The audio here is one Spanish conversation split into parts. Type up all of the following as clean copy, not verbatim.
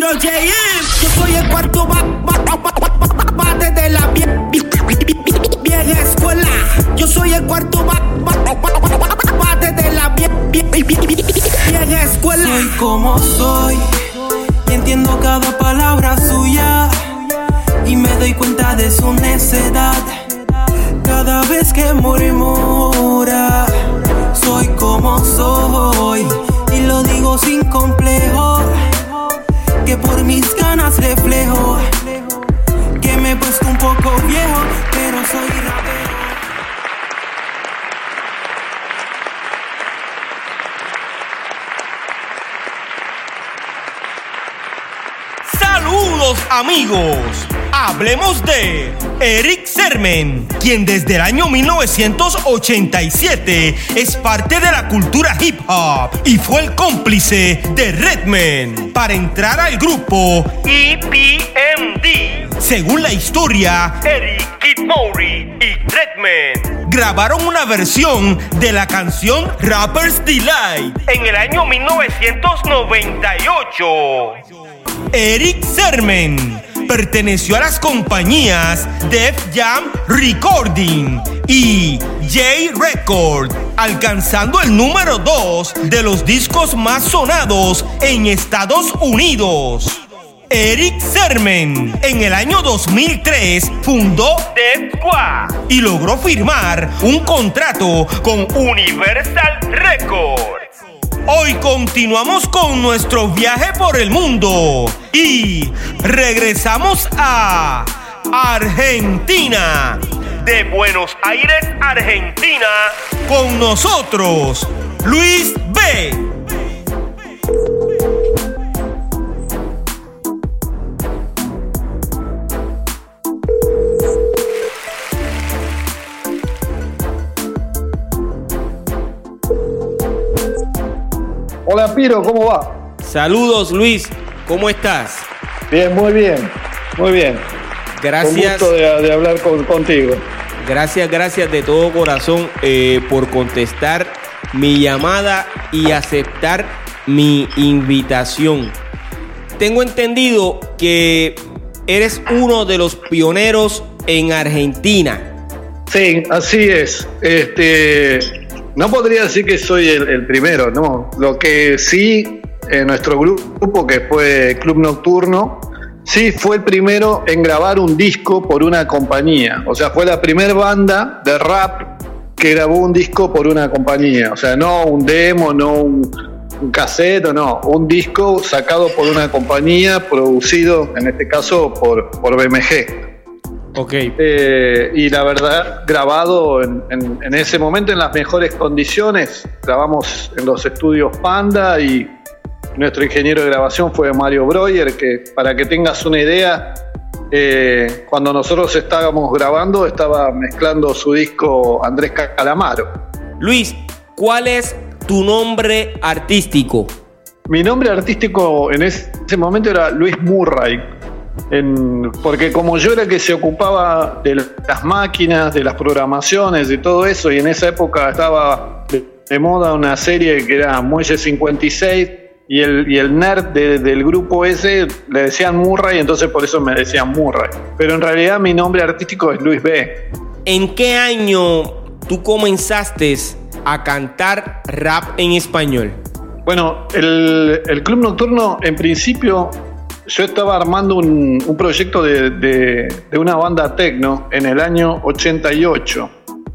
Dímelo, JM. Yo soy el cuarto bate de la vieja escuela. Yo soy el cuarto bate de la vieja escuela. Soy como soy y entiendo cada palabra suya y me doy cuenta de su necedad cada vez que murmura. Soy como soy y lo digo sin complejo, que por mis ganas reflejo que me he puesto un poco viejo, pero soy rapero. Saludos amigos, hablemos de Erick Sermon, quien desde el año 1987 es parte de la cultura hip hop y fue el cómplice de Redman para entrar al grupo EPMD. Según la historia, Erick, Kid Mowry y Redman grabaron una versión de la canción Rapper's Delight en el año 1998. Erick Sermon perteneció a las compañías Def Jam Recording y J Record, alcanzando el número 2 de los discos más sonados en Estados Unidos. Erick Sermon en el año 2003 fundó Def Squad y logró firmar un contrato con Universal Records. Hoy continuamos con nuestro viaje por el mundo y regresamos a Argentina. De Buenos Aires, Argentina, con nosotros, Luis B. Hola Piro, ¿cómo va? Saludos Luis, ¿cómo estás? Bien, muy bien, muy bien. Gracias. Con gusto de hablar contigo. Gracias de todo corazón por contestar mi llamada y aceptar mi invitación. Tengo entendido que eres uno de los pioneros en Argentina. Sí, así es. No podría decir que soy el primero, ¿no? Lo que sí, nuestro grupo, que fue Club Nocturno, sí fue el primero en grabar un disco por una compañía. O sea, fue la primera banda de rap que grabó un disco por una compañía. O sea, no un demo, no un cassette, no. Un disco sacado por una compañía, producido, en este caso, por BMG. Okay. Y la verdad, grabado en ese momento en las mejores condiciones. Grabamos en los estudios Panda y nuestro ingeniero de grabación fue Mario Breuer, que para que tengas una idea, cuando nosotros estábamos grabando estaba mezclando su disco Andrés Calamaro. Luis, ¿cuál es tu nombre artístico? Mi nombre artístico en ese momento era Luis Murray. Porque como yo era el que se ocupaba de las máquinas, de las programaciones, de todo eso, y en esa época estaba de moda una serie que era Muelle 56, y el nerd del grupo ese le decían Murray, entonces por eso me decían Murray. Pero en realidad mi nombre artístico es Luis B. ¿En qué año tú comenzaste a cantar rap en español? Bueno, el Club Nocturno, en principio, yo estaba armando un proyecto de una banda techno en el año 88.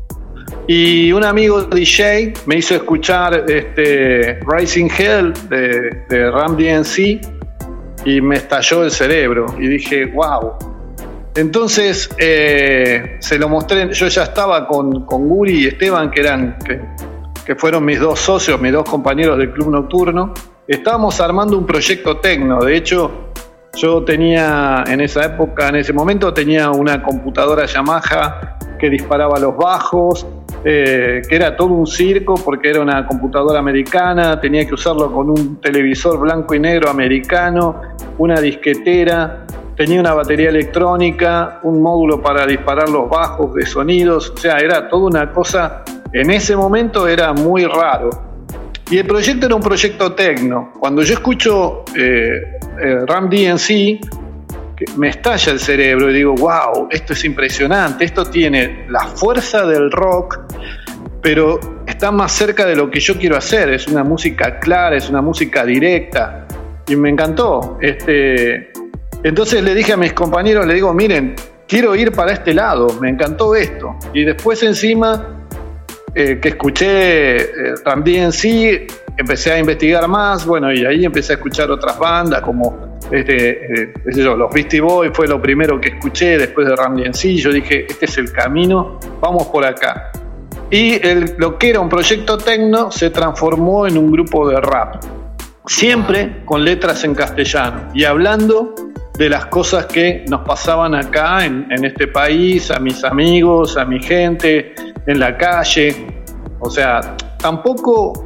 Y un amigo DJ me hizo escuchar Rising Hell de Ram DMC y me estalló el cerebro. Y dije, wow. Entonces se lo mostré. Yo ya estaba con Guri y Esteban, que fueron mis dos socios, mis dos compañeros del Club Nocturno. Estábamos armando un proyecto techno. De hecho, yo tenía en ese momento tenía una computadora Yamaha que disparaba los bajos, que era todo un circo porque era una computadora americana, tenía que usarlo con un televisor blanco y negro americano, una disquetera, tenía una batería electrónica, un módulo para disparar los bajos de sonidos, o sea, era toda una cosa, en ese momento era muy raro. Y el proyecto era un proyecto techno. Cuando yo escucho Run DMC, que me estalla el cerebro y digo, wow, esto es impresionante, esto tiene la fuerza del rock, pero está más cerca de lo que yo quiero hacer, es una música clara, es una música directa, y me encantó. Entonces le dije a mis compañeros, le digo, miren, quiero ir para este lado, me encantó esto. Y después encima que escuché Run DMC, empecé a investigar más, bueno, y ahí empecé a escuchar otras bandas como los Beastie Boys fue lo primero que escuché después de Run DMC. Yo dije, este es el camino, vamos por acá. Y lo que era un proyecto techno se transformó en un grupo de rap, siempre con letras en castellano y hablando de las cosas que nos pasaban acá en este país, a mis amigos, a mi gente, en la calle. O sea, tampoco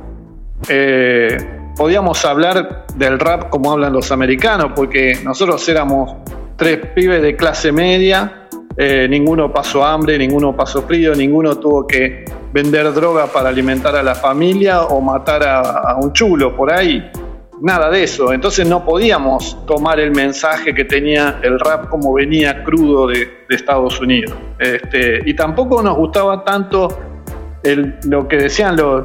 podíamos hablar del rap como hablan los americanos, porque nosotros éramos 3 pibes de clase media, ninguno pasó hambre, ninguno pasó frío, ninguno tuvo que vender droga para alimentar a la familia o matar a un chulo por ahí. Nada de eso, entonces no podíamos tomar el mensaje que tenía el rap como venía crudo de Estados Unidos. Y tampoco nos gustaba tanto lo que decían los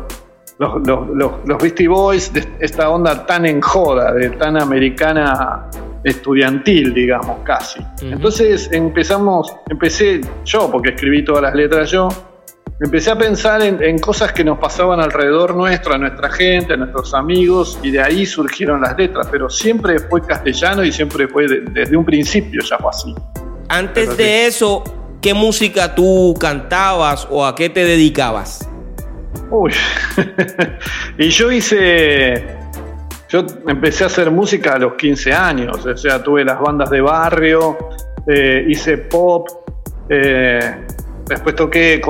Beastie Boys, de esta onda tan en joda, tan americana estudiantil, digamos, casi. Uh-huh. Entonces empecé yo, porque escribí todas las letras yo, empecé a pensar en cosas que nos pasaban alrededor nuestro, a nuestra gente, a nuestros amigos, y de ahí surgieron las letras, pero siempre fue castellano y siempre fue desde un principio ya fue así. Antes de eso, ¿qué música tú cantabas o a qué te dedicabas? Uy, y yo empecé a hacer música a los 15 años, o sea, tuve las bandas de barrio, hice pop, después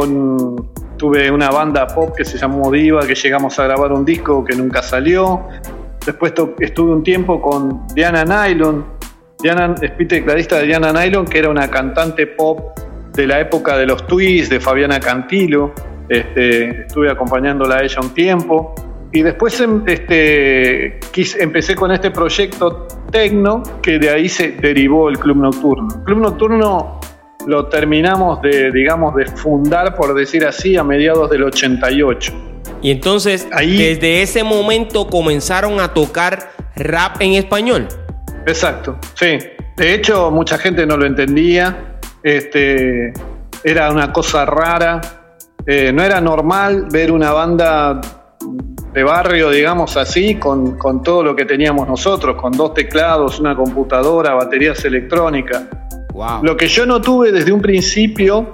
tuve una banda pop que se llamó Diva, que llegamos a grabar un disco que nunca salió. Después estuve un tiempo con Diana Nylon. Diana es tecladista de Diana Nylon, que era una cantante pop de la época de los Twists, de Fabiana Cantilo. Estuve acompañándola a ella un tiempo. Y después empecé con este proyecto techno, que de ahí se derivó el Club Nocturno. El Club Nocturno lo terminamos de fundar, por decir así, a mediados del 88. Y entonces, ahí, desde ese momento comenzaron a tocar rap en español. Exacto, sí. De hecho, mucha gente no lo entendía. Era una cosa rara. No era normal ver una banda de barrio, digamos así, con todo lo que teníamos nosotros, con 2 teclados, una computadora, baterías electrónicas. Wow. Lo que yo no tuve desde un principio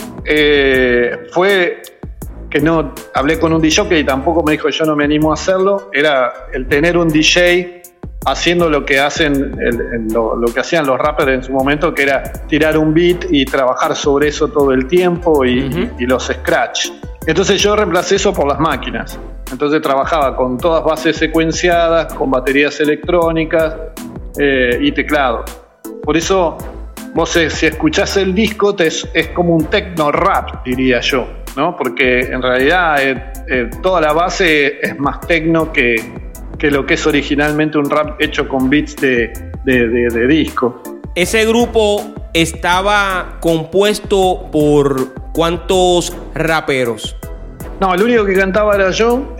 fue que no hablé con un DJ y tampoco me dijo yo no me animo a hacerlo, era el tener un DJ haciendo lo que hacían los rappers en su momento, que era tirar un beat y trabajar sobre eso todo el tiempo y los scratch. Entonces yo reemplacé eso por las máquinas. Entonces trabajaba con todas bases secuenciadas, con baterías electrónicas y teclados. Por eso vos si escuchás el disco es como un techno rap, diría yo, ¿no? Porque en realidad toda la base es más techno que lo que es originalmente un rap hecho con beats de disco. ¿Ese grupo estaba compuesto por cuántos raperos? No, el único que cantaba era yo,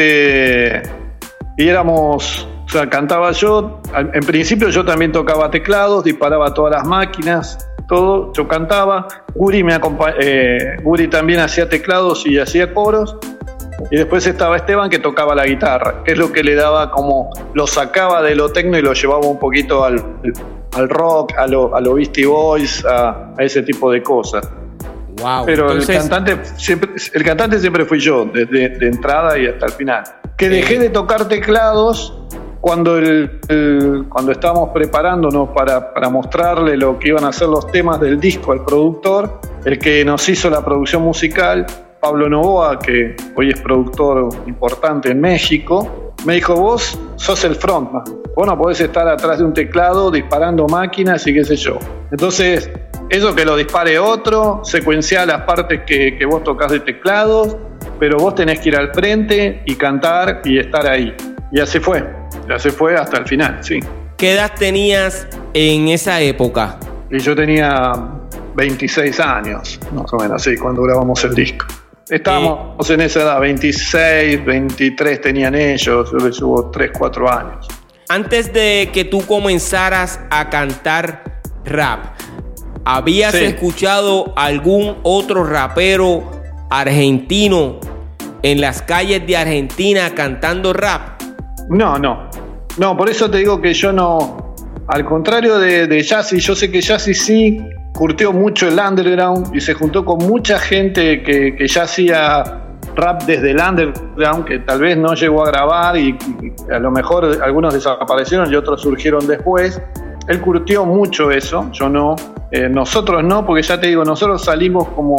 y éramos... O sea, cantaba yo, en principio yo también tocaba teclados, disparaba todas las máquinas, todo, yo cantaba. Guri también hacía teclados y hacía coros. Y después estaba Esteban, que tocaba la guitarra, que es lo que le daba como, lo sacaba de lo techno y lo llevaba un poquito al rock, a lo Beastie Boys, a ese tipo de cosas. Wow, pero entonces... el cantante siempre fui yo, desde entrada y hasta el final. Que dejé de tocar teclados cuando estábamos preparándonos para mostrarle lo que iban a ser los temas del disco al productor, el que nos hizo la producción musical, Pablo Novoa, que hoy es productor importante en México, me dijo: vos sos el frontman, vos no podés estar atrás de un teclado disparando máquinas y qué sé yo. Entonces, eso que lo dispare otro, secuenciar las partes que vos tocás de teclados, pero vos tenés que ir al frente y cantar y estar ahí. Y así fue hasta el final, sí. ¿Qué edad tenías en esa época? Y yo tenía 26 años, más o menos, sí, cuando grabamos el disco. Estábamos en esa edad, 26, 23 tenían ellos, yo les llevo 3, 4 años. Antes de que tú comenzaras a cantar rap, ¿habías escuchado algún otro rapero argentino en las calles de Argentina cantando rap? No, por eso te digo que yo no, al contrario de Yazzie, yo sé que Yazzie sí curtió mucho el underground y se juntó con mucha gente que ya hacía rap desde el underground, que tal vez no llegó a grabar y a lo mejor algunos desaparecieron y otros surgieron después. Él curtió mucho eso, yo no. Nosotros no, porque ya te digo, nosotros salimos como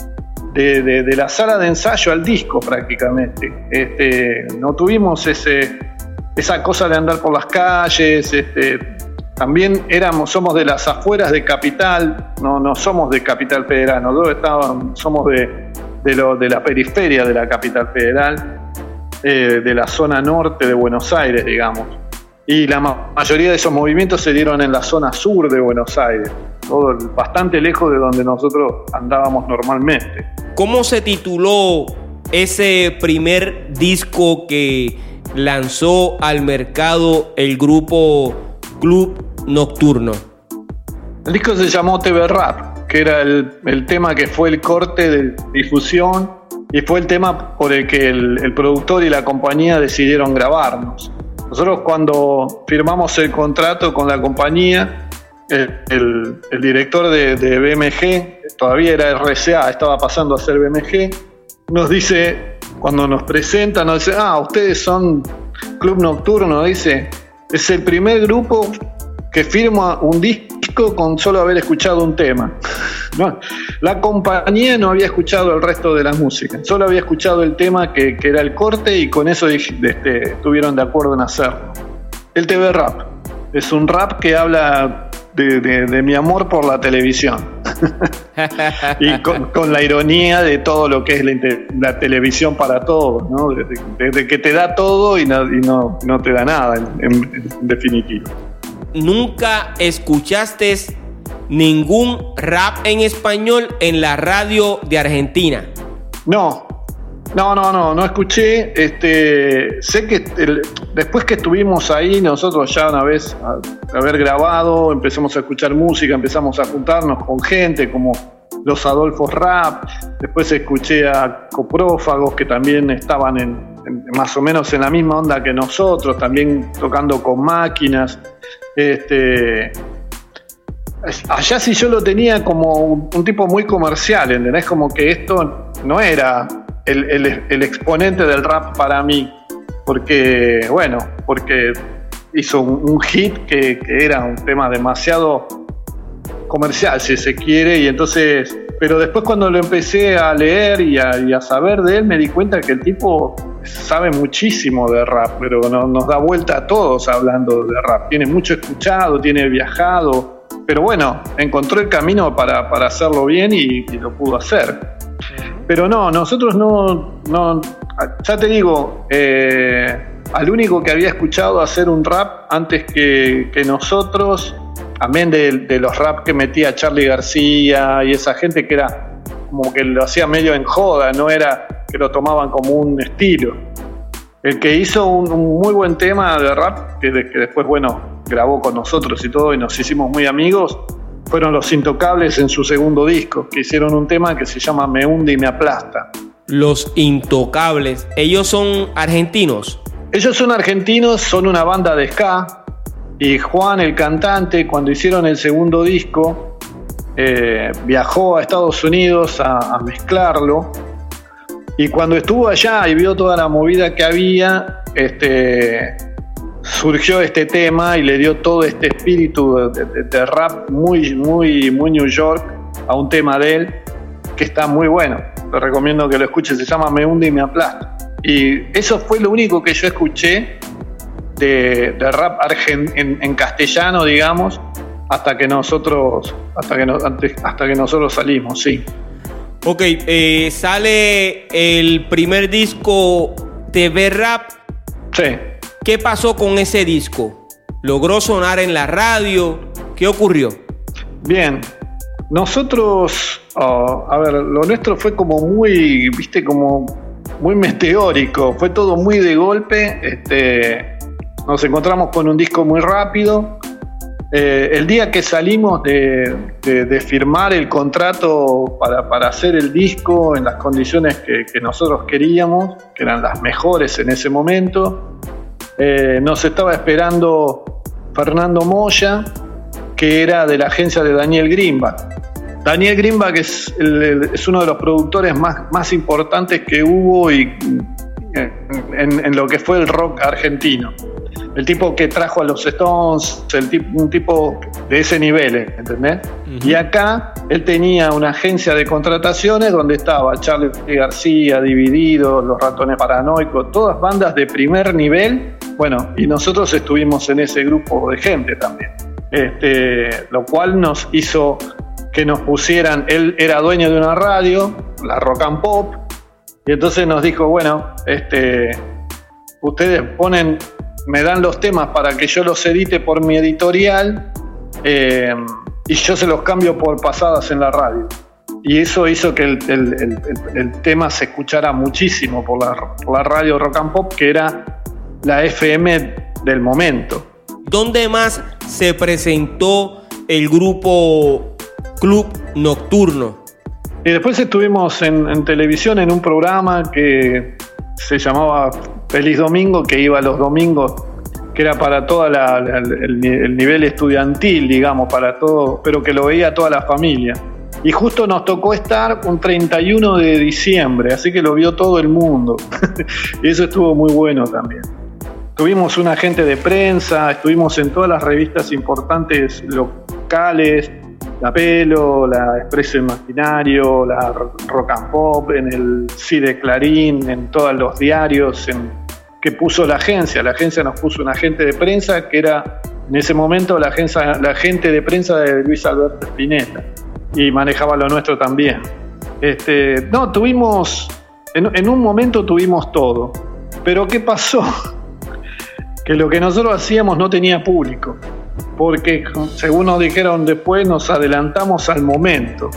de la sala de ensayo al disco prácticamente. No tuvimos esa cosa de andar por las calles. También somos de las afueras de Capital, no somos de Capital Federal, nosotros somos de la periferia de la Capital Federal, de la zona norte de Buenos Aires, digamos. Y la mayoría de esos movimientos se dieron en la zona sur de Buenos Aires, bastante lejos de donde nosotros andábamos normalmente. ¿Cómo se tituló ese primer disco que lanzó al mercado el grupo Club Nocturno? El disco se llamó TV Rap, que era el tema que fue el corte de difusión y fue el tema por el que el productor y la compañía decidieron grabarnos. Nosotros cuando firmamos el contrato con la compañía, el director de BMG, todavía era RCA, estaba pasando a ser BMG, nos dice, cuando nos presenta, nos dice, ustedes son Club Nocturno, dice, es el primer grupo que firma un disco con solo haber escuchado un tema. No, la compañía no había escuchado el resto de la música, solo había escuchado el tema que era el corte y con eso estuvieron de acuerdo en hacerlo. El TV Rap es un rap que habla de mi amor por la televisión y con la ironía de todo lo que es la televisión para todos, ¿no? De que te da todo y no te da nada en definitivo. ¿Nunca escuchaste ningún rap en español en la radio de Argentina? No escuché. Sé que después que estuvimos ahí, nosotros ya una vez haber grabado, empezamos a escuchar música, empezamos a juntarnos con gente como los Adolfos Rap. Después escuché a Coprófagos, que también estaban más o menos en la misma onda que nosotros, también tocando con máquinas. Allá sí yo lo tenía como un tipo muy comercial, ¿entendés? Como que esto no era el exponente del rap para mí, porque hizo un hit que era un tema demasiado comercial, si se quiere, y entonces, pero después cuando lo empecé a leer y a saber de él, me di cuenta que el tipo sabe muchísimo de rap, pero nos da vuelta a todos hablando de rap. Tiene mucho escuchado, tiene viajado, pero bueno, encontró el camino para hacerlo bien y lo pudo hacer. Pero nosotros no, ya te digo, al único que había escuchado hacer un rap antes que nosotros, amén de los rap que metía Charly García y esa gente que era como que lo hacía medio en joda, no era que lo tomaban como un estilo. El que hizo un muy buen tema de rap, que después, grabó con nosotros y todo, y nos hicimos muy amigos, fueron Los Intocables en su segundo disco, que hicieron un tema que se llama Me hunde y me aplasta. Los Intocables, ¿ellos son argentinos? Ellos son argentinos, son una banda de ska, y Juan, el cantante, cuando hicieron el segundo disco, viajó a Estados Unidos a mezclarlo, y cuando estuvo allá y vio toda la movida que había, surgió este tema y le dio todo este espíritu de rap muy, muy, muy New York a un tema de él que está muy bueno. Te recomiendo que lo escuches, se llama Me hunde y me aplasta. Y eso fue lo único que yo escuché de rap en castellano, digamos, hasta que nosotros salimos, sí. Ok, sale el primer disco TV Rap. Sí. ¿Qué pasó con ese disco? ¿Logró sonar en la radio? ¿Qué ocurrió? Bien, nosotros, a ver, lo nuestro fue como muy, viste, como muy meteórico, fue todo muy de golpe, nos encontramos con un disco muy rápido. El día que salimos de firmar el contrato para hacer el disco en las condiciones que nosotros queríamos, que eran las mejores en ese momento, nos estaba esperando Fernando Moya, que era de la agencia de Daniel Greenback. Daniel Greenback es uno de los productores más importantes que hubo en lo que fue el rock argentino. El tipo que trajo a los Stones, un tipo de ese nivel, ¿entendés? Uh-huh. Y acá él tenía una agencia de contrataciones donde estaba Charly García, Divididos, Los Ratones Paranoicos, todas bandas de primer nivel. Bueno, y nosotros estuvimos en ese grupo de gente también. Lo cual nos hizo que nos pusieran, él era dueño de una radio, la Rock and Pop, y entonces nos dijo, bueno, ustedes me dan los temas para que yo los edite por mi editorial, y yo se los cambio por pasadas en la radio. Y eso hizo que el tema se escuchara muchísimo por la radio Rock and Pop, que era la FM del momento. ¿Dónde más se presentó el grupo Club Nocturno? Y después estuvimos en televisión en un programa que se llamaba Feliz Domingo, que iba los domingos, que era para todo el nivel estudiantil, digamos, para todo, pero que lo veía toda la familia. Y justo nos tocó estar un 31 de diciembre, así que lo vio todo el mundo. Y eso estuvo muy bueno también. Tuvimos un agente de prensa, estuvimos en todas las revistas importantes locales, La Pelo, la Expreso Imaginario, la Rock and Pop, en el CIDE Clarín, en todos los diarios que puso la agencia. La agencia nos puso un agente de prensa que era en ese momento la agente de prensa de Luis Alberto Spinetta, y manejaba lo nuestro también. Tuvimos, en un momento tuvimos todo, pero ¿qué pasó? Que lo que nosotros hacíamos no tenía público, porque según nos dijeron después, nos adelantamos al momento.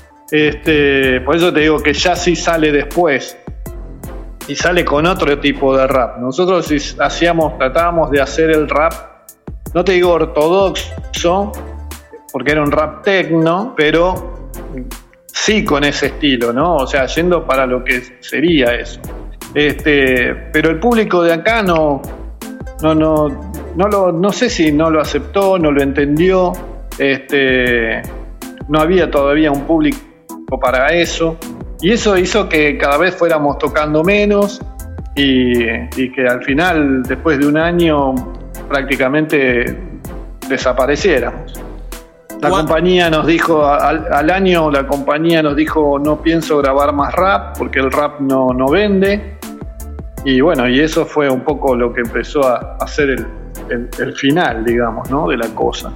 Por eso te digo que ya sí sale después y sale con otro tipo de rap. Nosotros tratábamos de hacer el rap, no te digo ortodoxo, porque era un rap techno, pero sí con ese estilo, ¿no? O sea, yendo para lo que sería eso. Pero el público de acá no sé si no lo aceptó, no lo entendió. No había todavía un público para eso, y eso hizo que cada vez fuéramos tocando menos y que al final, después de un año, prácticamente desapareciéramos. La compañía nos dijo, al año la compañía nos dijo, no pienso grabar más rap porque el rap no vende. Y bueno, y eso fue un poco lo que empezó a hacer el final, digamos, ¿no? De la cosa.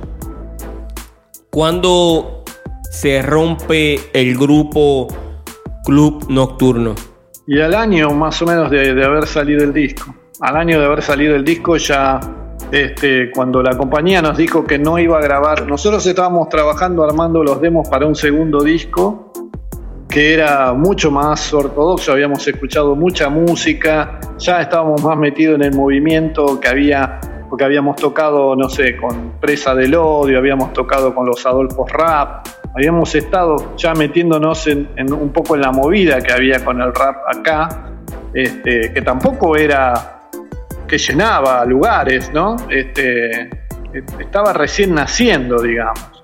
¿Cuándo se rompe el grupo Club Nocturno? Y al año más o menos de haber salido el disco. Al año de haber salido el disco ya, cuando la compañía nos dijo que no iba a grabar, nosotros estábamos trabajando, armando los demos para un segundo disco, que era mucho más ortodoxo, habíamos escuchado mucha música, ya estábamos más metidos en el movimiento que había, porque habíamos tocado, no sé, con Presa del Odio, habíamos tocado con los Adolfos Rap, habíamos estado ya metiéndonos en un poco en la movida que había con el rap acá, que tampoco era que llenaba lugares, ¿no? Estaba recién naciendo, digamos.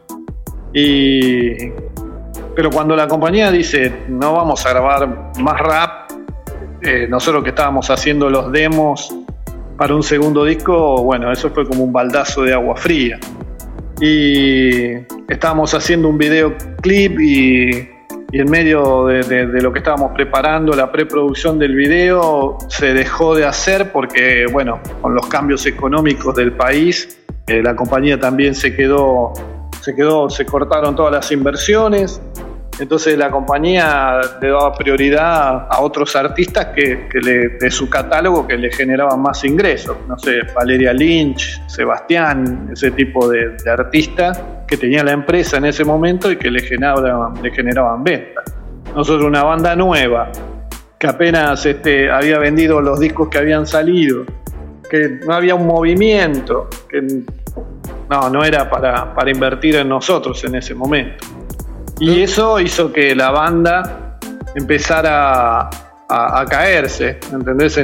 Pero cuando la compañía dice no vamos a grabar más rap, nosotros que estábamos haciendo los demos para un segundo disco, bueno, eso fue como un baldazo de agua fría. Y estábamos haciendo un videoclip y en medio de lo que estábamos preparando, la preproducción del video, se dejó de hacer porque, bueno, con los cambios económicos del país, la compañía también se cortaron todas las inversiones Entonces la compañía le daba prioridad a otros artistas de su catálogo que le generaban más ingresos. No sé, Valeria Lynch, Sebastián, ese tipo de artistas que tenía la empresa en ese momento y que le generaban ventas. Nosotros, una banda nueva, que apenas había vendido los discos que habían salido, que no había un movimiento, que no era para invertir en nosotros en ese momento. Y eso hizo que la banda empezara a caerse, ¿entendés?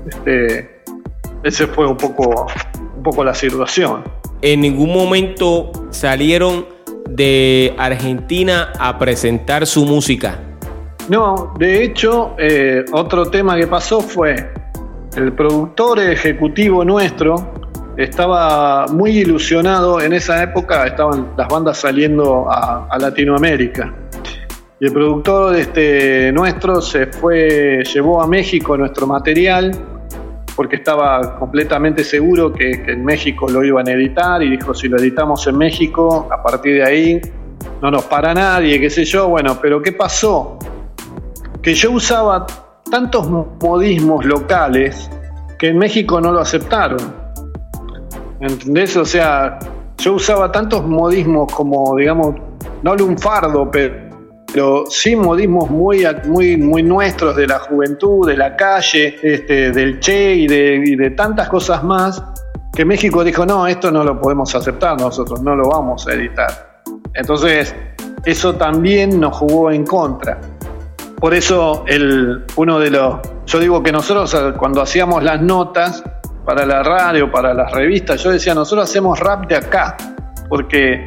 Ese fue un poco la situación. ¿En ningún momento salieron de Argentina a presentar su música? No, de hecho, otro tema que pasó fue el productor ejecutivo nuestro. Estaba muy ilusionado. En esa época estaban las bandas saliendo a Latinoamérica. Y el productor nuestro llevó a México nuestro material, porque estaba completamente seguro que en México lo iban a editar, y dijo, si lo editamos en México, a partir de ahí no nos para nadie, qué sé yo. Bueno, pero ¿qué pasó? Que yo usaba tantos modismos locales que en México no lo aceptaron. ¿Entendés? O sea, yo usaba tantos modismos como, digamos, no lunfardo, pero sí modismos muy nuestros, de la juventud, de la calle, del Che y de tantas cosas más, que México dijo, no, esto no lo podemos aceptar, nosotros no lo vamos a editar. Entonces, eso también nos jugó en contra. Por eso, yo digo que nosotros, cuando hacíamos las notas para la radio, para las revistas, yo decía, nosotros hacemos rap de acá, porque,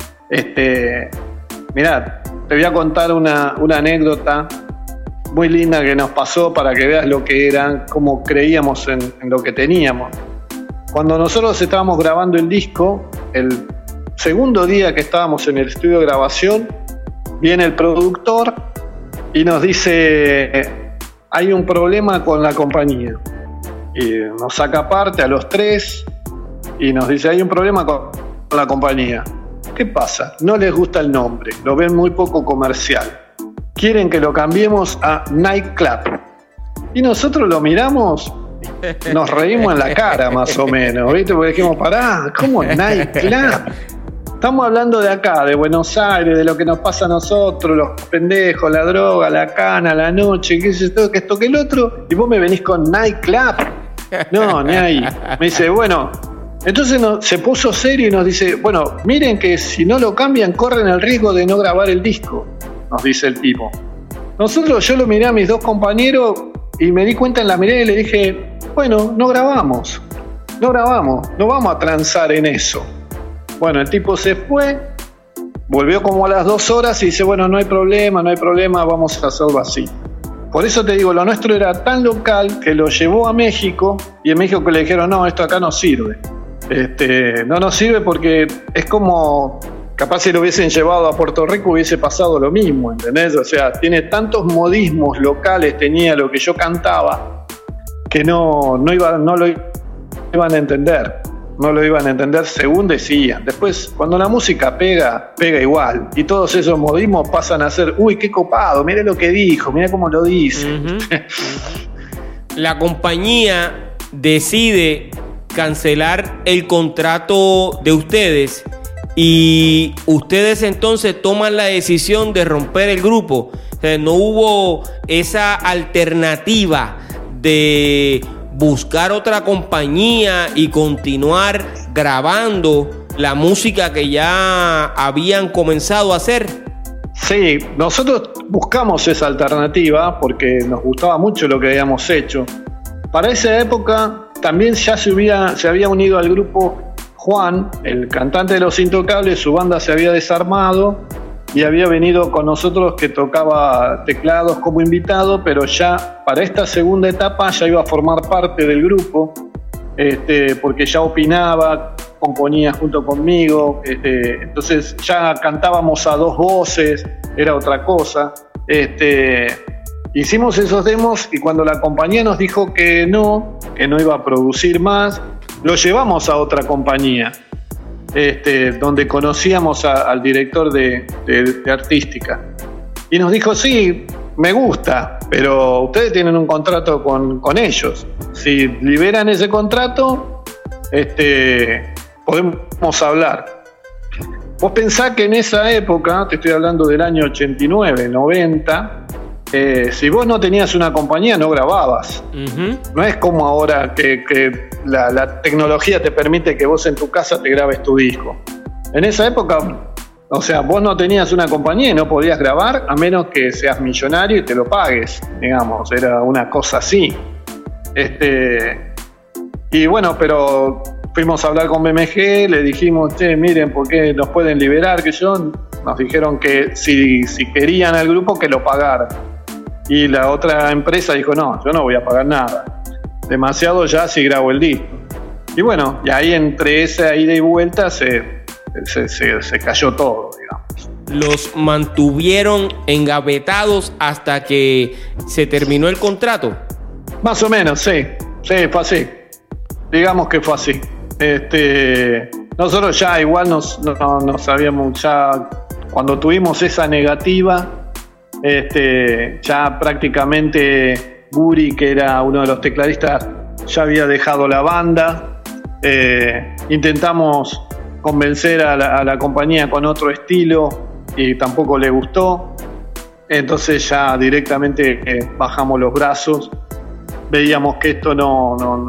mirá, te voy a contar una anécdota muy linda que nos pasó para que veas lo que era, cómo creíamos en lo que teníamos. Cuando nosotros estábamos grabando el disco, el segundo día que estábamos en el estudio de grabación, viene el productor y nos dice, hay un problema con la compañía. Y nos saca aparte a los tres y nos dice, hay un problema con la compañía. ¿Qué pasa? No les gusta el nombre, lo ven muy poco comercial. Quieren que lo cambiemos a Nightclub. Y nosotros lo miramos, nos reímos en la cara más o menos, ¿viste? Porque dijimos, pará, ¿cómo Nightclub? Estamos hablando de acá, de Buenos Aires, de lo que nos pasa a nosotros, los pendejos, la droga, la cana, la noche, qué es esto, que esto, que el otro, y vos me venís con Nightclub. No, ni ahí. Me dice, bueno, entonces se puso serio y nos dice, bueno, miren que si no lo cambian, corren el riesgo de no grabar el disco, nos dice el tipo. Yo lo miré a mis dos compañeros y me di cuenta en la mirada y le dije, bueno, no grabamos, no vamos a transar en eso. Bueno, el tipo se fue, volvió como a las 2 horas y dice, bueno, no hay problema, vamos a hacerlo así. Por eso te digo, lo nuestro era tan local que lo llevó a México, y en México le dijeron, no, esto acá no sirve. No nos sirve porque es como, capaz si lo hubiesen llevado a Puerto Rico hubiese pasado lo mismo, ¿entendés? O sea, tiene tantos modismos locales, tenía lo que yo cantaba, que no lo iban a entender. No lo iban a entender según decían. Después, cuando la música pega igual. Y todos esos modismos pasan a ser, uy, qué copado, mira lo que dijo, mira cómo lo dice. La compañía decide cancelar el contrato de ustedes y ustedes entonces toman la decisión de romper el grupo. O sea, no hubo esa alternativa de buscar otra compañía y continuar grabando la música que ya habían comenzado a hacer. Sí, nosotros buscamos esa alternativa porque nos gustaba mucho lo que habíamos hecho. Para esa época también ya se había unido al grupo Juan, el cantante de Los Intocables. Su banda se había desarmado y había venido con nosotros, que tocaba teclados como invitado, pero ya para esta segunda etapa ya iba a formar parte del grupo, porque ya opinaba, componía junto conmigo, entonces ya cantábamos a 2 voces, era otra cosa. Hicimos esos demos y cuando la compañía nos dijo que no iba a producir más, lo llevamos a otra compañía. Donde conocíamos al director de artística. Y nos dijo, sí, me gusta, pero ustedes tienen un contrato con ellos. Si liberan ese contrato, podemos hablar. Vos pensás que en esa época, te estoy hablando del año 89, 90, si vos no tenías una compañía no grababas. Uh-huh. No es como ahora que la tecnología te permite que vos en tu casa te grabes tu disco. En esa época, o sea, vos no tenías una compañía y no podías grabar a menos que seas millonario y te lo pagues, digamos, era una cosa así. Y bueno, pero fuimos a hablar con BMG, le dijimos, che, miren, ¿por qué nos pueden liberar? Nos dijeron que si querían al grupo que lo pagaran. Y la otra empresa dijo, no, yo no voy a pagar nada. Demasiado ya si grabo el disco. Y bueno, y ahí entre esa ida y vuelta se cayó todo, digamos. ¿Los mantuvieron engavetados hasta que se terminó el contrato? Más o menos, sí. Sí, fue así. Digamos que fue así. Nosotros ya igual no sabíamos, ya cuando tuvimos esa negativa, ya prácticamente Guri, que era uno de los tecladistas, ya había dejado la banda. Intentamos convencer a la compañía con otro estilo y tampoco le gustó. Entonces ya directamente bajamos los brazos. Veíamos que esto no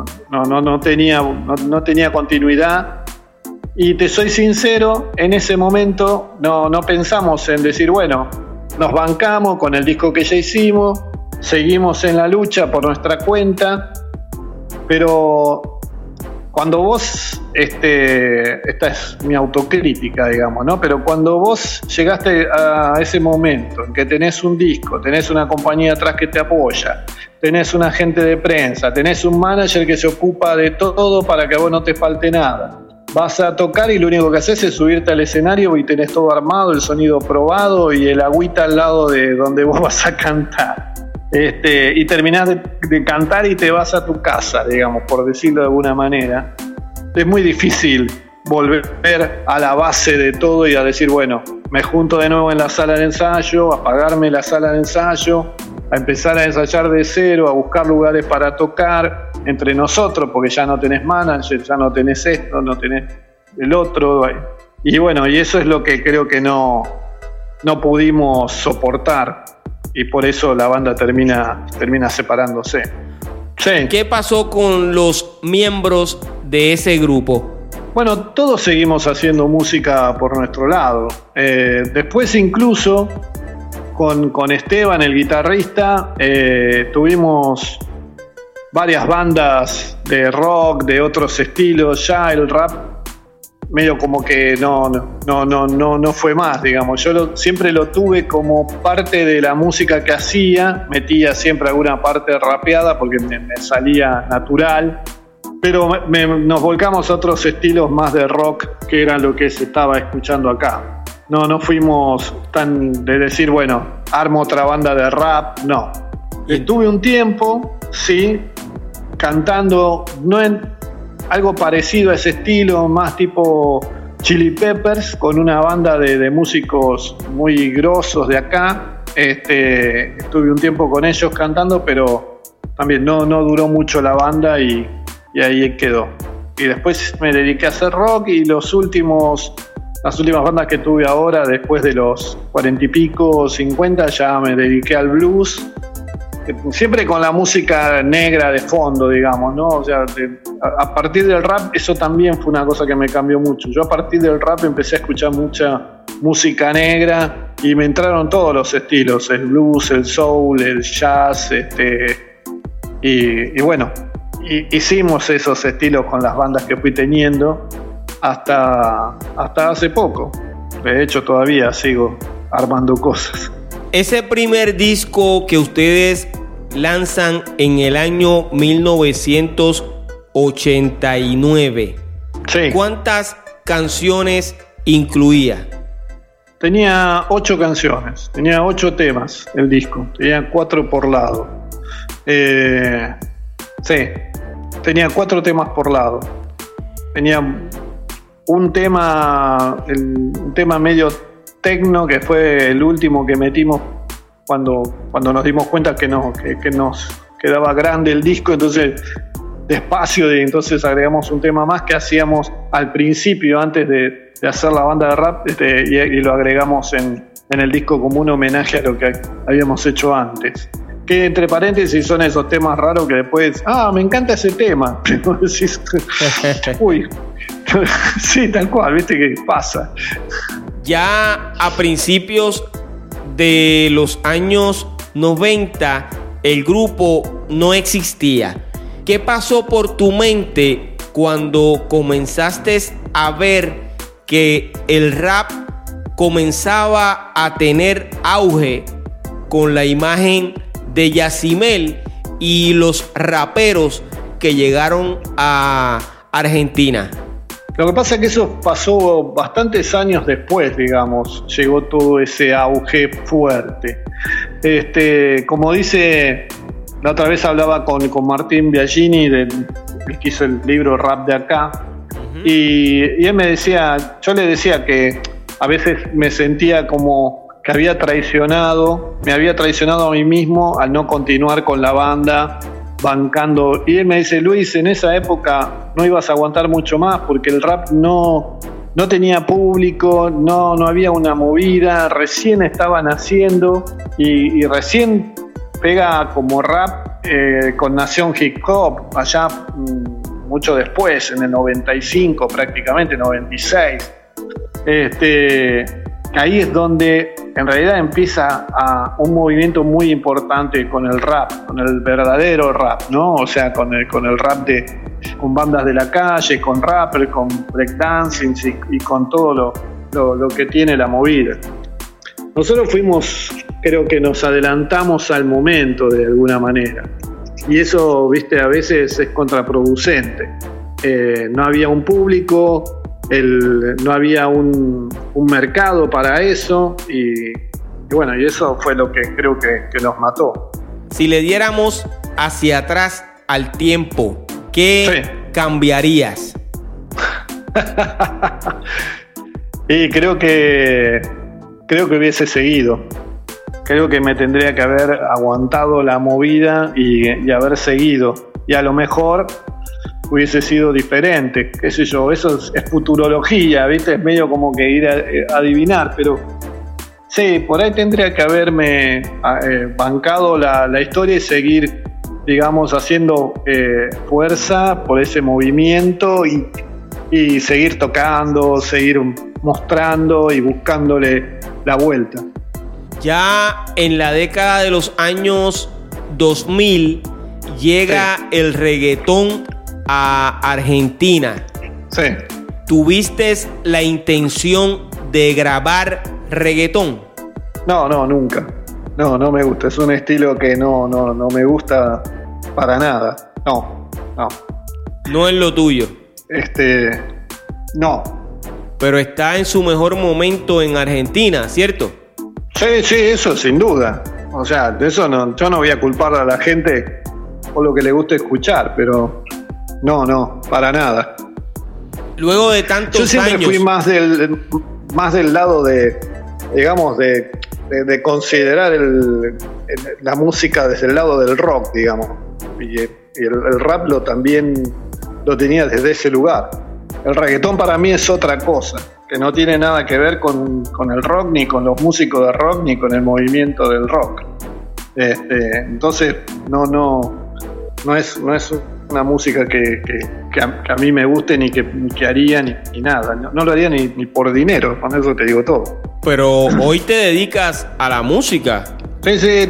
tenía continuidad. Y te soy sincero, en ese momento no pensamos en decir, bueno, nos bancamos con el disco que ya hicimos, seguimos en la lucha por nuestra cuenta, pero cuando vos, esta es mi autocrítica, digamos, ¿no? Pero cuando vos llegaste a ese momento en que tenés un disco, tenés una compañía atrás que te apoya, tenés un agente de prensa, tenés un manager que se ocupa de todo para que a vos no te falte nada, vas a tocar y lo único que haces es subirte al escenario y tenés todo armado, el sonido probado y el agüita al lado de donde vos vas a cantar. Y terminás de cantar y te vas a tu casa, digamos, por decirlo de alguna manera. Es muy difícil volver a la base de todo y a decir, bueno, me junto de nuevo en la sala de ensayo, a pagarme la sala de ensayo, a empezar a ensayar de cero, a buscar lugares para tocar entre nosotros, porque ya no tenés manager, ya no tenés esto, no tenés el otro. Y bueno, y eso es lo que creo que no pudimos soportar. Y por eso la banda termina separándose. Sí. ¿Qué pasó con los miembros de ese grupo? Bueno, todos seguimos haciendo música por nuestro lado. Después incluso con Esteban, el guitarrista, tuvimos varias bandas de rock, de otros estilos. Ya el rap medio como que no fue más, digamos. Yo siempre lo tuve como parte de la música que hacía, metía siempre alguna parte rapeada porque me salía natural, pero nos volcamos a otros estilos más de rock, que era lo que se estaba escuchando acá. No fuimos tan de decir, bueno, armo otra banda de rap, no. Estuve un tiempo, sí, cantando, no en algo parecido a ese estilo, más tipo Chili Peppers, con una banda de músicos muy grosos de acá. Estuve un tiempo con ellos cantando, pero también no duró mucho la banda y ahí quedó. Y después me dediqué a hacer rock y las últimas bandas que tuve ahora, después de los 40 y pico, 50, ya me dediqué al blues. Siempre con la música negra de fondo, digamos, ¿no? O sea, a partir del rap, eso también fue una cosa que me cambió mucho. Yo a partir del rap empecé a escuchar mucha música negra y me entraron todos los estilos, el blues, el soul, el jazz, y bueno, hicimos esos estilos con las bandas que fui teniendo hasta hace poco. De hecho, todavía sigo armando cosas. Ese primer disco que ustedes lanzan en el año 1989, sí. ¿Cuántas canciones incluía? Tenía 8 canciones, tenía 8 temas el disco, tenía 4 por lado. Sí, tenía 4 temas por lado. Tenía un tema medio tecno, que fue el último que metimos cuando nos dimos cuenta que nos quedaba grande el disco, entonces despacio, entonces agregamos un tema más que hacíamos al principio antes de hacer la banda de rap, y lo agregamos en el disco como un homenaje a lo que habíamos hecho antes. Que entre paréntesis son esos temas raros que después, me encanta ese tema. Decís, uy, sí, tal cual, viste que pasa. Ya a principios de los años 90, el grupo no existía. ¿Qué pasó por tu mente cuando comenzaste a ver que el rap comenzaba a tener auge con la imagen de Yacimel y los raperos que llegaron a Argentina? Lo que pasa es que eso pasó bastantes años después, digamos, llegó todo ese auge fuerte. Como dice, la otra vez hablaba con Martín Biagini, el que hizo el libro Rap de Acá, y él me decía, yo le decía que a veces me sentía como que me había traicionado a mí mismo al no continuar con la banda, bancando. Y él me dice, Luis, en esa época no ibas a aguantar mucho más porque el rap no tenía público, no había una movida, recién estaban haciendo y recién pega como rap con Nación Hip Hop, allá mucho después, en el 95 prácticamente, 96. Ahí es donde en realidad empieza un movimiento muy importante con el rap, con el verdadero rap, ¿no? O sea, con el rap con bandas de la calle, con rappers, con breakdancing y con todo lo que tiene la movida. Nosotros creo que nos adelantamos al momento de alguna manera. Y eso, viste, a veces es contraproducente. No había un público, no había un mercado para eso y bueno, y eso fue lo que creo que nos mató. Si le diéramos hacia atrás al tiempo, ¿qué cambiarías? Y creo que hubiese seguido. Creo que me tendría que haber aguantado la movida y haber seguido. Y a lo mejor hubiese sido diferente, qué sé yo, eso es futurología, ¿viste? Es medio como que ir a adivinar, pero sí, por ahí tendría que haberme bancado la historia y seguir, digamos, haciendo fuerza por ese movimiento y seguir tocando, seguir mostrando y buscándole la vuelta. Ya en la década de los años 2000 llega el reggaetón a Argentina. Sí. ¿Tuviste la intención de grabar reggaetón? No, nunca. No me gusta. Es un estilo que no me gusta para nada. No. No es lo tuyo. No. Pero está en su mejor momento en Argentina, ¿cierto? Sí, eso sin duda. O sea, de eso yo no voy a culpar a la gente por lo que le gusta escuchar, pero no, para nada. Luego de tantos años... Yo siempre fui más del lado de, digamos, de considerar la música desde el lado del rock, digamos. Y el rap también lo tenía desde ese lugar. El reggaetón para mí es otra cosa, que no tiene nada que ver con el rock, ni con los músicos de rock, ni con el movimiento del rock. Entonces no es una música que a mí me guste, ni que haría, ni nada. No lo haría ni por dinero, con eso te digo todo. Pero hoy te dedicas a la música. Sí,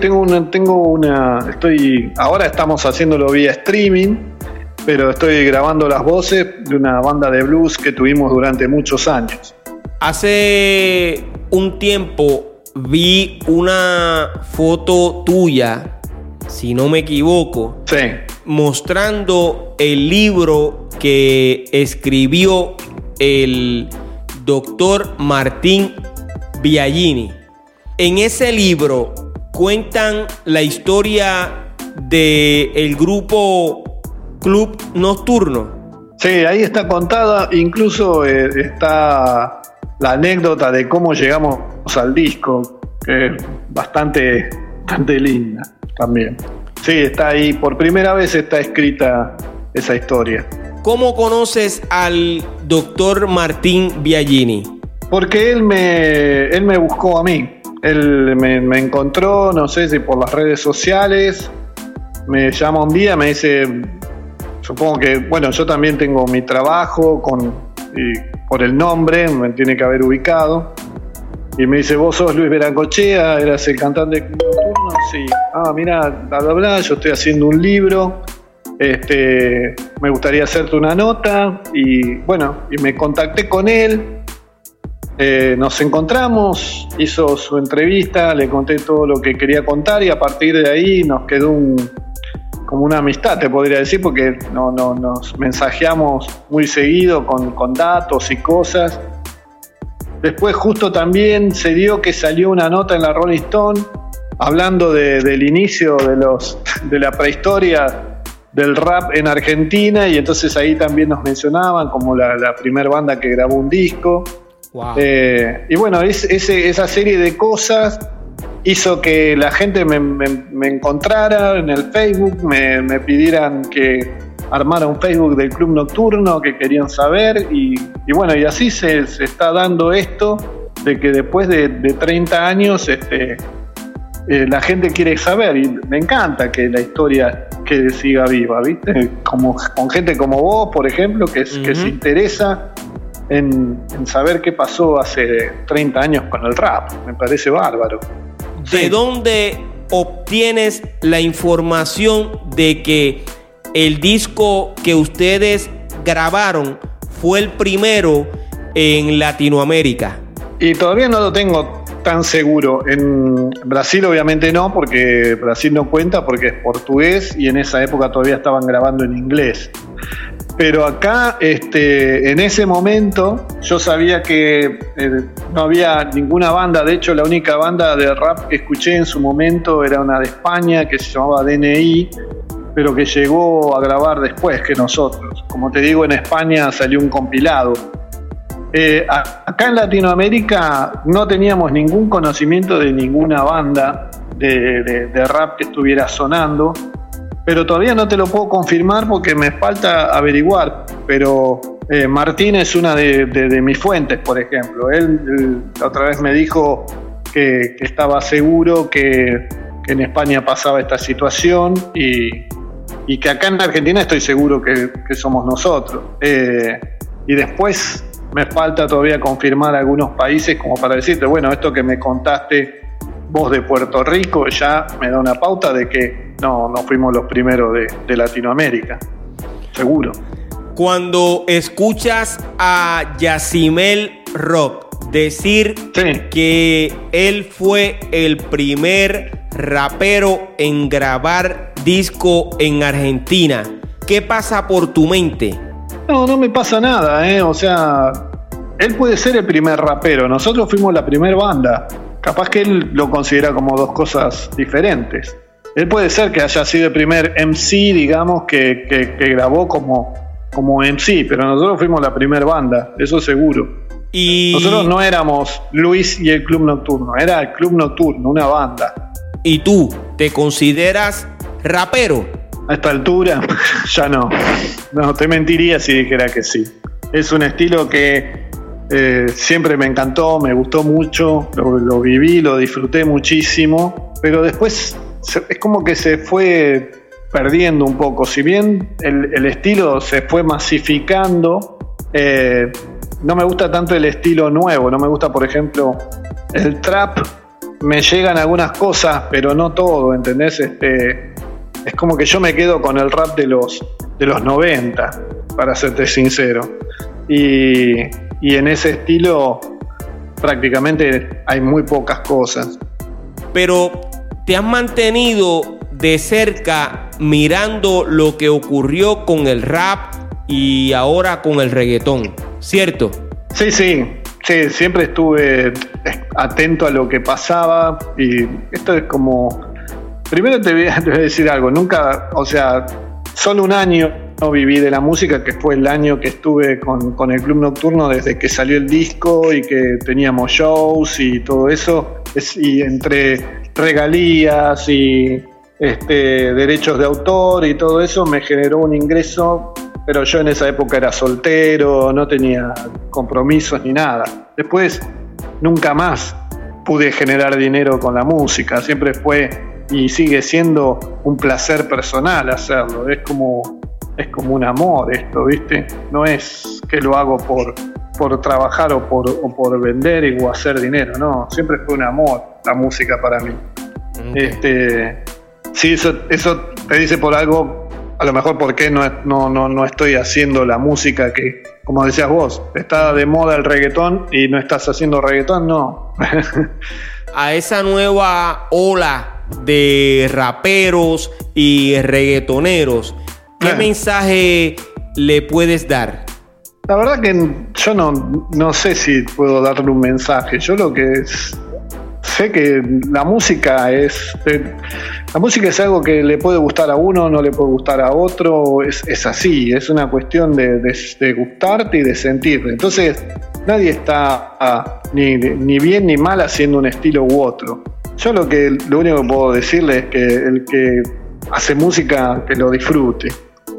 ahora estamos haciéndolo vía streaming, pero estoy grabando las voces de una banda de blues que tuvimos durante muchos años. Hace un tiempo vi una foto tuya, si no me equivoco, sí, mostrando el libro que escribió el doctor Martín Biagini. En ese libro cuentan la historia del grupo Club Nocturno. Sí, ahí está contada, incluso está la anécdota de cómo llegamos al disco, que es bastante bastante linda también. Sí, está ahí, por primera vez está escrita esa historia. ¿Cómo conoces al doctor Martín Biagini? Porque él me buscó a mí. Él me encontró, no sé si por las redes sociales, me llama un día, me dice, supongo que, bueno, yo también tengo mi trabajo y por el nombre, me tiene que haber ubicado. Y me dice, vos sos Luis Berancochea, eras el cantante de Club Nocturno. Sí. Mira, bla, bla, bla, yo estoy haciendo un libro. Me gustaría hacerte una nota. Y bueno, y me contacté con él. Nos encontramos, hizo su entrevista, le conté todo lo que quería contar y a partir de ahí nos quedó como una amistad, te podría decir, porque nos mensajeamos muy seguido con datos y cosas. Después justo también se dio que salió una nota en la Rolling Stone hablando del inicio de la prehistoria del rap en Argentina, y entonces ahí también nos mencionaban como la primer banda que grabó un disco. Wow. Y bueno, esa serie de cosas hizo que la gente me encontrara en el Facebook, me pidieran que armara un Facebook del Club Nocturno, que querían saber, y bueno, y así se está dando esto de que después de 30 años la gente quiere saber, y me encanta que la historia que siga viva, ¿viste? Como con gente como vos, por ejemplo, que se interesa en saber qué pasó hace 30 años con el rap. Me parece bárbaro. ¿De dónde obtienes la información de que el disco que ustedes grabaron fue el primero en Latinoamérica? Y todavía no lo tengo tan seguro. En Brasil obviamente no, porque Brasil no cuenta porque es portugués y en esa época todavía estaban grabando en inglés. Pero acá, en ese momento, yo sabía que no había ninguna banda. De hecho, la única banda de rap que escuché en su momento era una de España que se llamaba DNI, pero que llegó a grabar después que nosotros. Como te digo, en España salió un compilado. Acá en Latinoamérica no teníamos ningún conocimiento de ninguna banda de rap que estuviera sonando, pero todavía no te lo puedo confirmar porque me falta averiguar. Pero Martín es una de mis fuentes, por ejemplo. Él la otra vez me dijo que estaba seguro que en España pasaba esta situación y que acá en Argentina estoy seguro que somos nosotros. Y después me falta todavía confirmar algunos países como para decirte, bueno, esto que me contaste vos de Puerto Rico ya me da una pauta de que no fuimos los primeros de Latinoamérica, seguro. Cuando escuchas a Yacimel Rock decir que él fue el primer rapero en grabar disco en Argentina, ¿qué pasa por tu mente? No me pasa nada, o sea, él puede ser el primer rapero, nosotros fuimos la primera banda. Capaz que él lo considera como dos cosas diferentes. Él puede ser que haya sido el primer MC, digamos, que grabó como MC, pero nosotros fuimos la primera banda, eso seguro. Y nosotros no éramos Luis y el Club Nocturno, era el Club Nocturno, una banda. ¿Y tú te consideras rapero? A esta altura, ya no. No, te mentiría si dijera que sí. Es un estilo que siempre me encantó, me gustó mucho, lo viví, lo disfruté muchísimo, pero después es como que se fue perdiendo un poco. Si bien el estilo se fue masificando, no me gusta tanto el estilo nuevo. No me gusta, por ejemplo, el trap. Me llegan algunas cosas, pero no todo, ¿entendés? Es como que yo me quedo con el rap de los 90, para serte sincero. Y en ese estilo prácticamente hay muy pocas cosas. Pero te has mantenido de cerca mirando lo que ocurrió con el rap y ahora con el reggaetón, ¿cierto? Sí, siempre estuve atento a lo que pasaba. Y esto es como... Primero te voy a decir algo, nunca, o sea, solo un año no viví de la música, que fue el año que estuve con el Club Nocturno desde que salió el disco y que teníamos shows y todo eso. Y entre regalías y derechos de autor y todo eso me generó un ingreso, pero yo en esa época era soltero, no tenía compromisos ni nada. Después nunca más pude generar dinero con la música, siempre fue y sigue siendo un placer personal hacerlo, es como un amor esto, ¿viste? No es que lo hago por trabajar o por vender o hacer dinero, no, siempre fue un amor la música para mí. Okay. Sí, eso te dice por algo, a lo mejor por qué no estoy haciendo la música que, como decías vos, está de moda el reggaetón y no estás haciendo reggaetón, no. A esa nueva ola de raperos y reggaetoneros, ¿qué mensaje le puedes dar? La verdad que yo no sé si puedo darle un mensaje. Yo lo que sé que la música es algo que le puede gustar a uno, no le puede gustar a otro, es así, es una cuestión de gustarte y de sentirte. Entonces nadie está ni bien ni mal haciendo un estilo u otro. Yo lo único que puedo decirle es que el que hace música que lo disfrute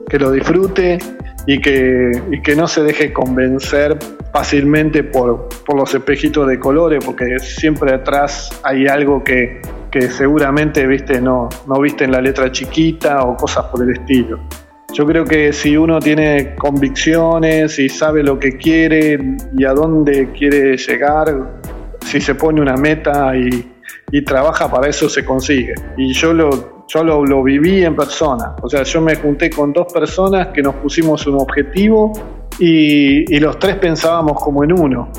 y que no se deje convencer fácilmente por los espejitos de colores, porque siempre atrás hay algo que seguramente no viste en la letra chiquita o cosas por el estilo. Yo creo que si uno tiene convicciones y sabe lo que quiere y a dónde quiere llegar, si se pone una meta y trabaja para eso, se consigue. Y yo lo viví en persona. O sea, yo me junté con 2 personas que nos pusimos un objetivo y los 3 pensábamos como en uno.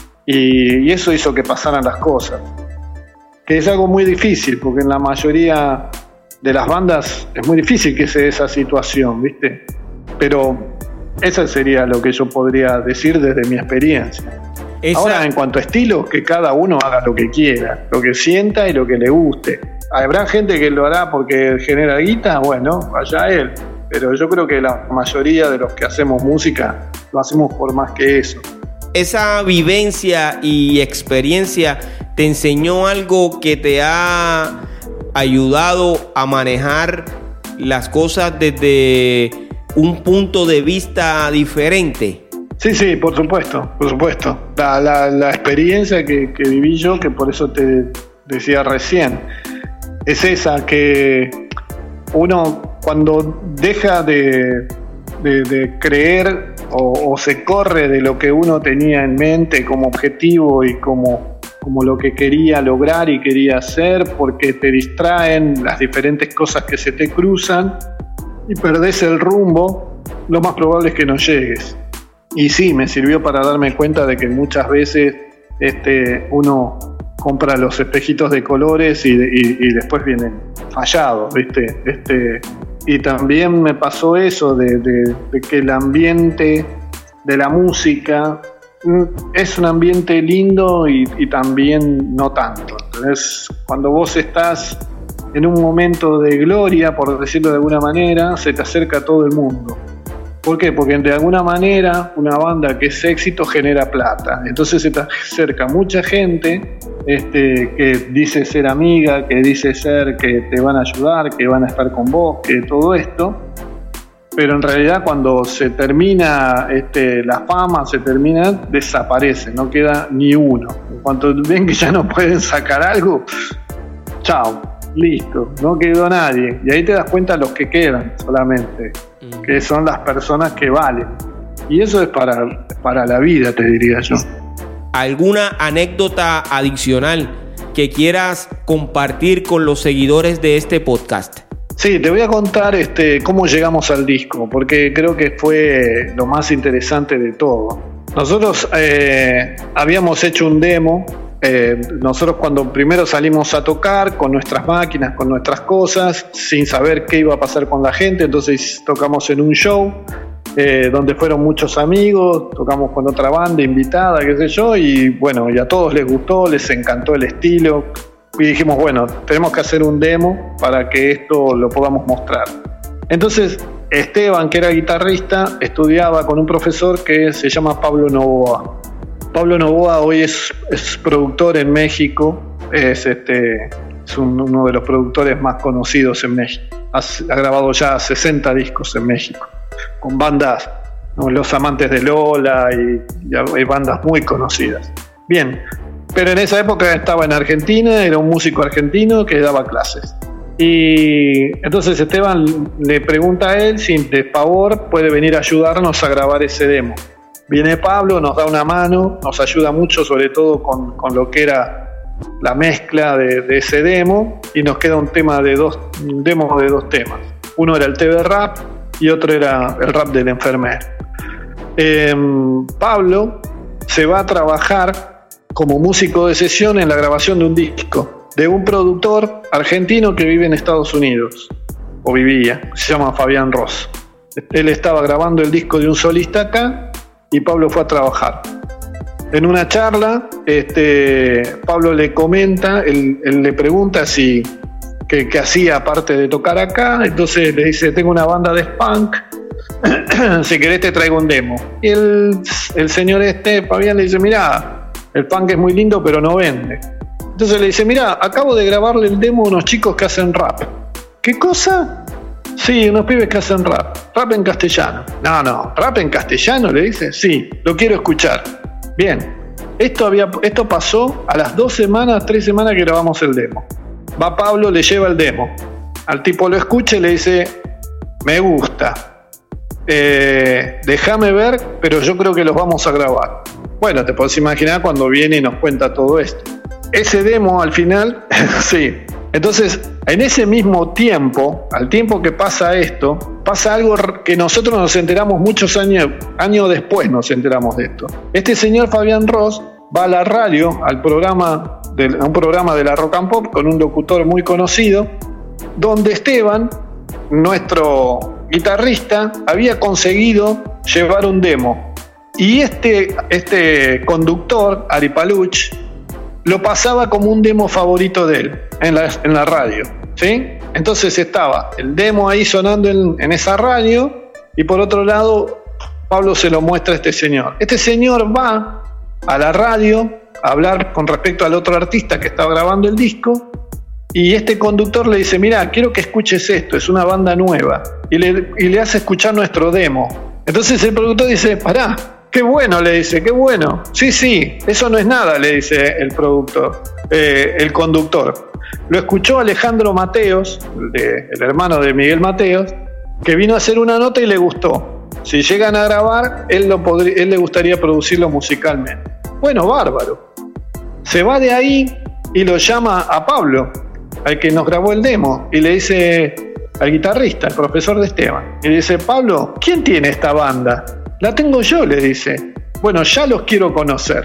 Y eso hizo que pasaran las cosas. Que es algo muy difícil, porque en la mayoría de las bandas es muy difícil que se dé esa situación, ¿viste? Pero eso sería lo que yo podría decir desde mi experiencia. Ahora, en cuanto a estilos, que cada uno haga lo que quiera, lo que sienta y lo que le guste. Habrá gente que lo hará porque genera guita, bueno, allá él. Pero yo creo que la mayoría de los que hacemos música lo hacemos por más que eso. Esa vivencia y experiencia te enseñó algo que te ha ayudado a manejar las cosas desde un punto de vista diferente. Sí, por supuesto. La experiencia que viví yo, que por eso te decía recién, es esa que uno cuando deja de creer o se corre de lo que uno tenía en mente como objetivo y como lo que quería lograr y quería hacer, porque te distraen las diferentes cosas que se te cruzan y perdés el rumbo, lo más probable es que no llegues. Y sí, me sirvió para darme cuenta de que muchas veces uno compra los espejitos de colores y después vienen fallados, ¿viste? Y también me pasó eso de que el ambiente de la música es un ambiente lindo y también no tanto. Entonces, cuando vos estás en un momento de gloria, por decirlo de alguna manera, se te acerca todo el mundo. ¿Por qué? Porque de alguna manera una banda que es éxito genera plata. Entonces se te acerca mucha gente que dice ser amiga, que dice ser que te van a ayudar, que van a estar con vos, que todo esto. Pero en realidad cuando se termina la fama, desaparece, no queda ni uno. En cuanto ven que ya no pueden sacar algo, chao, listo, no quedó nadie. Y ahí te das cuenta los que quedan solamente, que son las personas que valen. Y eso es para la vida, te diría yo. ¿Alguna anécdota adicional que quieras compartir con los seguidores de este podcast? Sí, te voy a contar cómo llegamos al disco, porque creo que fue lo más interesante de todo. Nosotros habíamos hecho un demo. Nosotros cuando primero salimos a tocar con nuestras máquinas, con nuestras cosas, sin saber qué iba a pasar con la gente, entonces tocamos en un show donde fueron muchos amigos, tocamos con otra banda invitada, qué sé yo, y bueno, y a todos les gustó, les encantó el estilo, y dijimos, bueno, tenemos que hacer un demo para que esto lo podamos mostrar. Entonces Esteban, que era guitarrista, estudiaba con un profesor que se llama Pablo Novoa. Pablo Novoa hoy es productor en México, es uno de los productores más conocidos en México. Ha grabado ya 60 discos en México, con bandas, ¿no? Los Amantes de Lola y hay bandas muy conocidas. Bien, pero en esa época estaba en Argentina, era un músico argentino que daba clases. Y entonces Esteban le pregunta a él si de favor puede venir a ayudarnos a grabar ese demo. Viene Pablo, nos da una mano, nos ayuda mucho, sobre todo con lo que era la mezcla de ese demo, y nos queda un demo de dos temas. Uno era el TV Rap y otro era el rap del enfermero. Pablo se va a trabajar como músico de sesión en la grabación de un disco de un productor argentino que vive en Estados Unidos, o vivía, se llama Fabián Ross. Él estaba grabando el disco de un solista acá y Pablo fue a trabajar. En una charla, Pablo le comenta, él le pregunta si qué hacía aparte de tocar acá. Entonces le dice: tengo una banda de spunk, si querés te traigo un demo. Y el señor Fabián le dice: mirá, el punk es muy lindo pero no vende. Entonces le dice: mirá, acabo de grabarle el demo a unos chicos que hacen rap. ¿Qué cosa? Sí, unos pibes que hacen rap en castellano. No, rap en castellano, le dice. Sí, lo quiero escuchar. Bien, esto pasó a las 3 semanas que grabamos el demo. Va Pablo, le lleva el demo. Al tipo lo escucha y le dice: me gusta. Déjame ver, pero yo creo que los vamos a grabar. Bueno, te podés imaginar cuando viene y nos cuenta todo esto. Ese demo al final, sí. Entonces, en ese mismo tiempo, al tiempo que pasa esto, pasa algo que nosotros nos enteramos muchos años después nos enteramos de esto. Este señor Fabián Ross va a la radio, a un programa de la Rock and Pop con un locutor muy conocido, donde Esteban, nuestro guitarrista, había conseguido llevar un demo. Y este conductor, Ari Paluch, lo pasaba como un demo favorito de él en la radio, ¿sí? Entonces estaba el demo ahí sonando en esa radio, y por otro lado Pablo se lo muestra a este señor. Este señor va a la radio a hablar con respecto al otro artista que estaba grabando el disco, y este conductor le dice: mirá, quiero que escuches esto, es una banda nueva, y le hace escuchar nuestro demo. Entonces el productor dice: pará, qué bueno, le dice, qué bueno. Sí, eso no es nada, le dice el conductor. Lo escuchó Alejandro Mateos, el hermano de Miguel Mateos, que vino a hacer una nota y le gustó. Si llegan a grabar, él le gustaría producirlo musicalmente. Bueno, bárbaro. Se va de ahí y lo llama a Pablo, al que nos grabó el demo, y le dice al guitarrista, el profesor de Esteban, y le dice: Pablo, ¿quién tiene esta banda? La tengo yo, le dice. Bueno, ya los quiero conocer.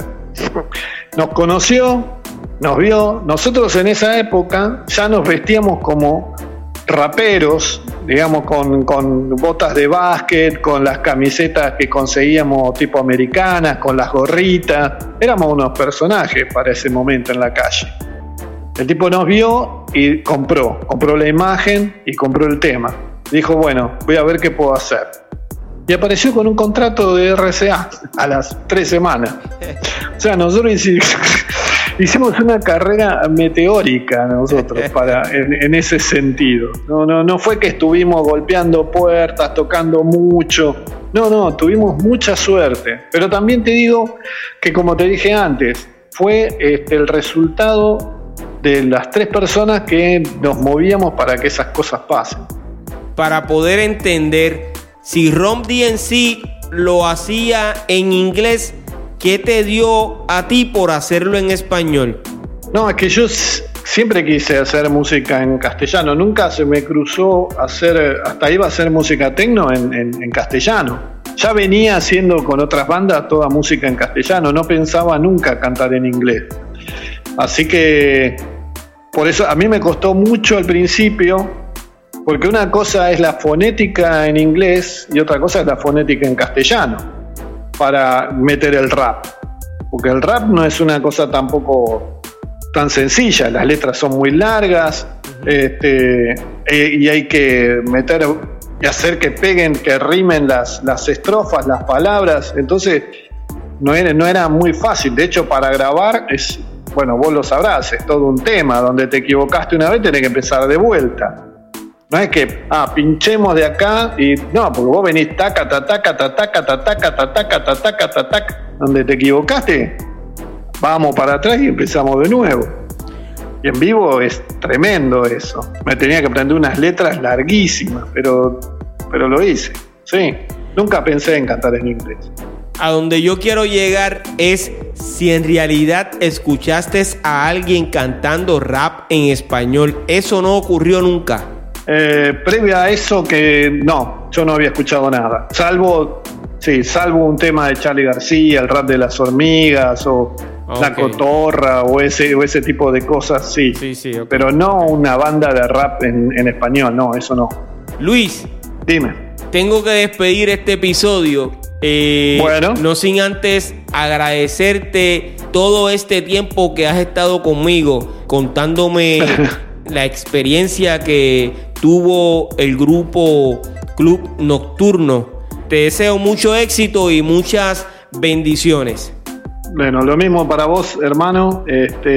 Nos conoció, nos vio. Nosotros en esa época ya nos vestíamos como raperos, digamos, con botas de básquet, con las camisetas que conseguíamos tipo americanas, con las gorritas. Éramos unos personajes para ese momento en la calle. El tipo nos vio y compró la imagen y compró el tema. Dijo: bueno, voy a ver qué puedo hacer. Y apareció con un contrato de RCA a las 3 semanas. O sea, nosotros hicimos una carrera meteórica nosotros en ese sentido. No fue que estuvimos golpeando puertas, tocando mucho. No, tuvimos mucha suerte. Pero también te digo que, como te dije antes, fue el resultado de las 3 personas que nos movíamos para que esas cosas pasen. Para poder entender, si Run DMC lo hacía en inglés, ¿qué te dio a ti por hacerlo en español? No, es que yo siempre quise hacer música en castellano. Nunca se me cruzó hasta iba a hacer música techno en castellano. Ya venía haciendo con otras bandas toda música en castellano. No pensaba nunca cantar en inglés. Así que por eso a mí me costó mucho al principio, porque una cosa es la fonética en inglés y otra cosa es la fonética en castellano para meter el rap, porque el rap no es una cosa tampoco tan sencilla. Las letras son muy largas, y hay que meter y hacer que peguen, que rimen las estrofas, las palabras. Entonces no era muy fácil. De hecho, para grabar bueno, vos lo sabrás, es todo un tema. Donde te equivocaste una vez tenés que empezar de vuelta. No es que, pinchemos de acá y no, porque vos venís taca, taca, taca, taca, taca, taca, taca, taca. Donde te equivocaste, vamos para atrás y empezamos de nuevo. Y en vivo es tremendo eso. Me tenía que aprender unas letras larguísimas, pero lo hice. Sí, nunca pensé en cantar en inglés. A donde yo quiero llegar es si en realidad escuchaste a alguien cantando rap en español. Eso no ocurrió nunca. Previo a eso que no, yo no había escuchado nada. Salvo un tema de Charly García, el rap de las hormigas o La Cotorra o ese tipo de cosas, sí. Okay. Pero no una banda de rap en español, no, eso no. Luis, dime. Tengo que despedir este episodio. Bueno. No sin antes agradecerte todo este tiempo que has estado conmigo, contándome la experiencia que tuvo el grupo Club Nocturno. Te deseo mucho éxito y muchas bendiciones. Bueno, lo mismo para vos, hermano.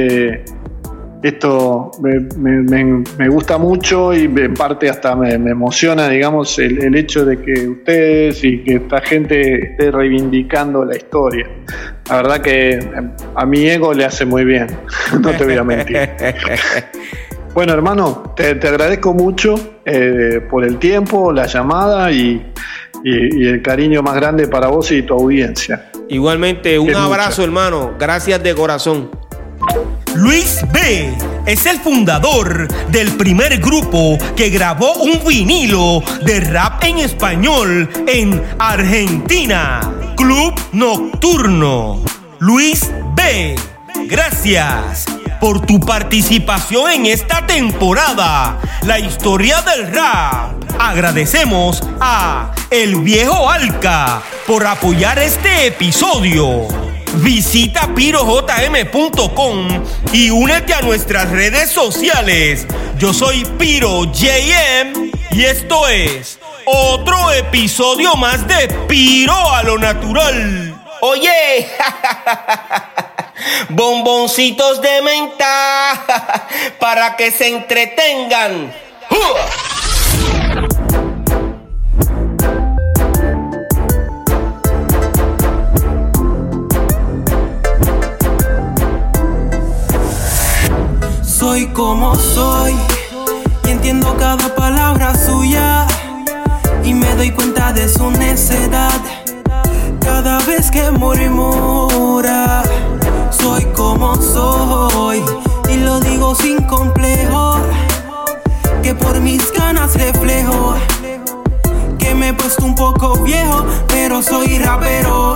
Esto me gusta mucho y en parte hasta me emociona, digamos, el hecho de que ustedes y que esta gente esté reivindicando la historia. La verdad que a mi ego le hace muy bien, no te voy a mentir. Bueno, hermano, te agradezco mucho por el tiempo, la llamada y el cariño más grande para vos y tu audiencia. Igualmente, un abrazo, hermano. Gracias de corazón. Luis B. es el fundador del primer grupo que grabó un vinilo de rap en español en Argentina, Club Nocturno. Luis B., gracias por tu participación en esta temporada, La Historia del Rap. Agradecemos a El Viejo Alca por apoyar este episodio. Visita pirojm.com y únete a nuestras redes sociales. Yo soy PiroJM y esto es otro episodio más de Piro a lo Natural. Oye, bomboncitos de menta para que se entretengan. Soy como soy y entiendo cada palabra suya y me doy cuenta de su necedad cada vez que murmura. Soy como soy y lo digo sin complejo, que por mis ganas reflejo que me he puesto un poco viejo, pero soy rapero.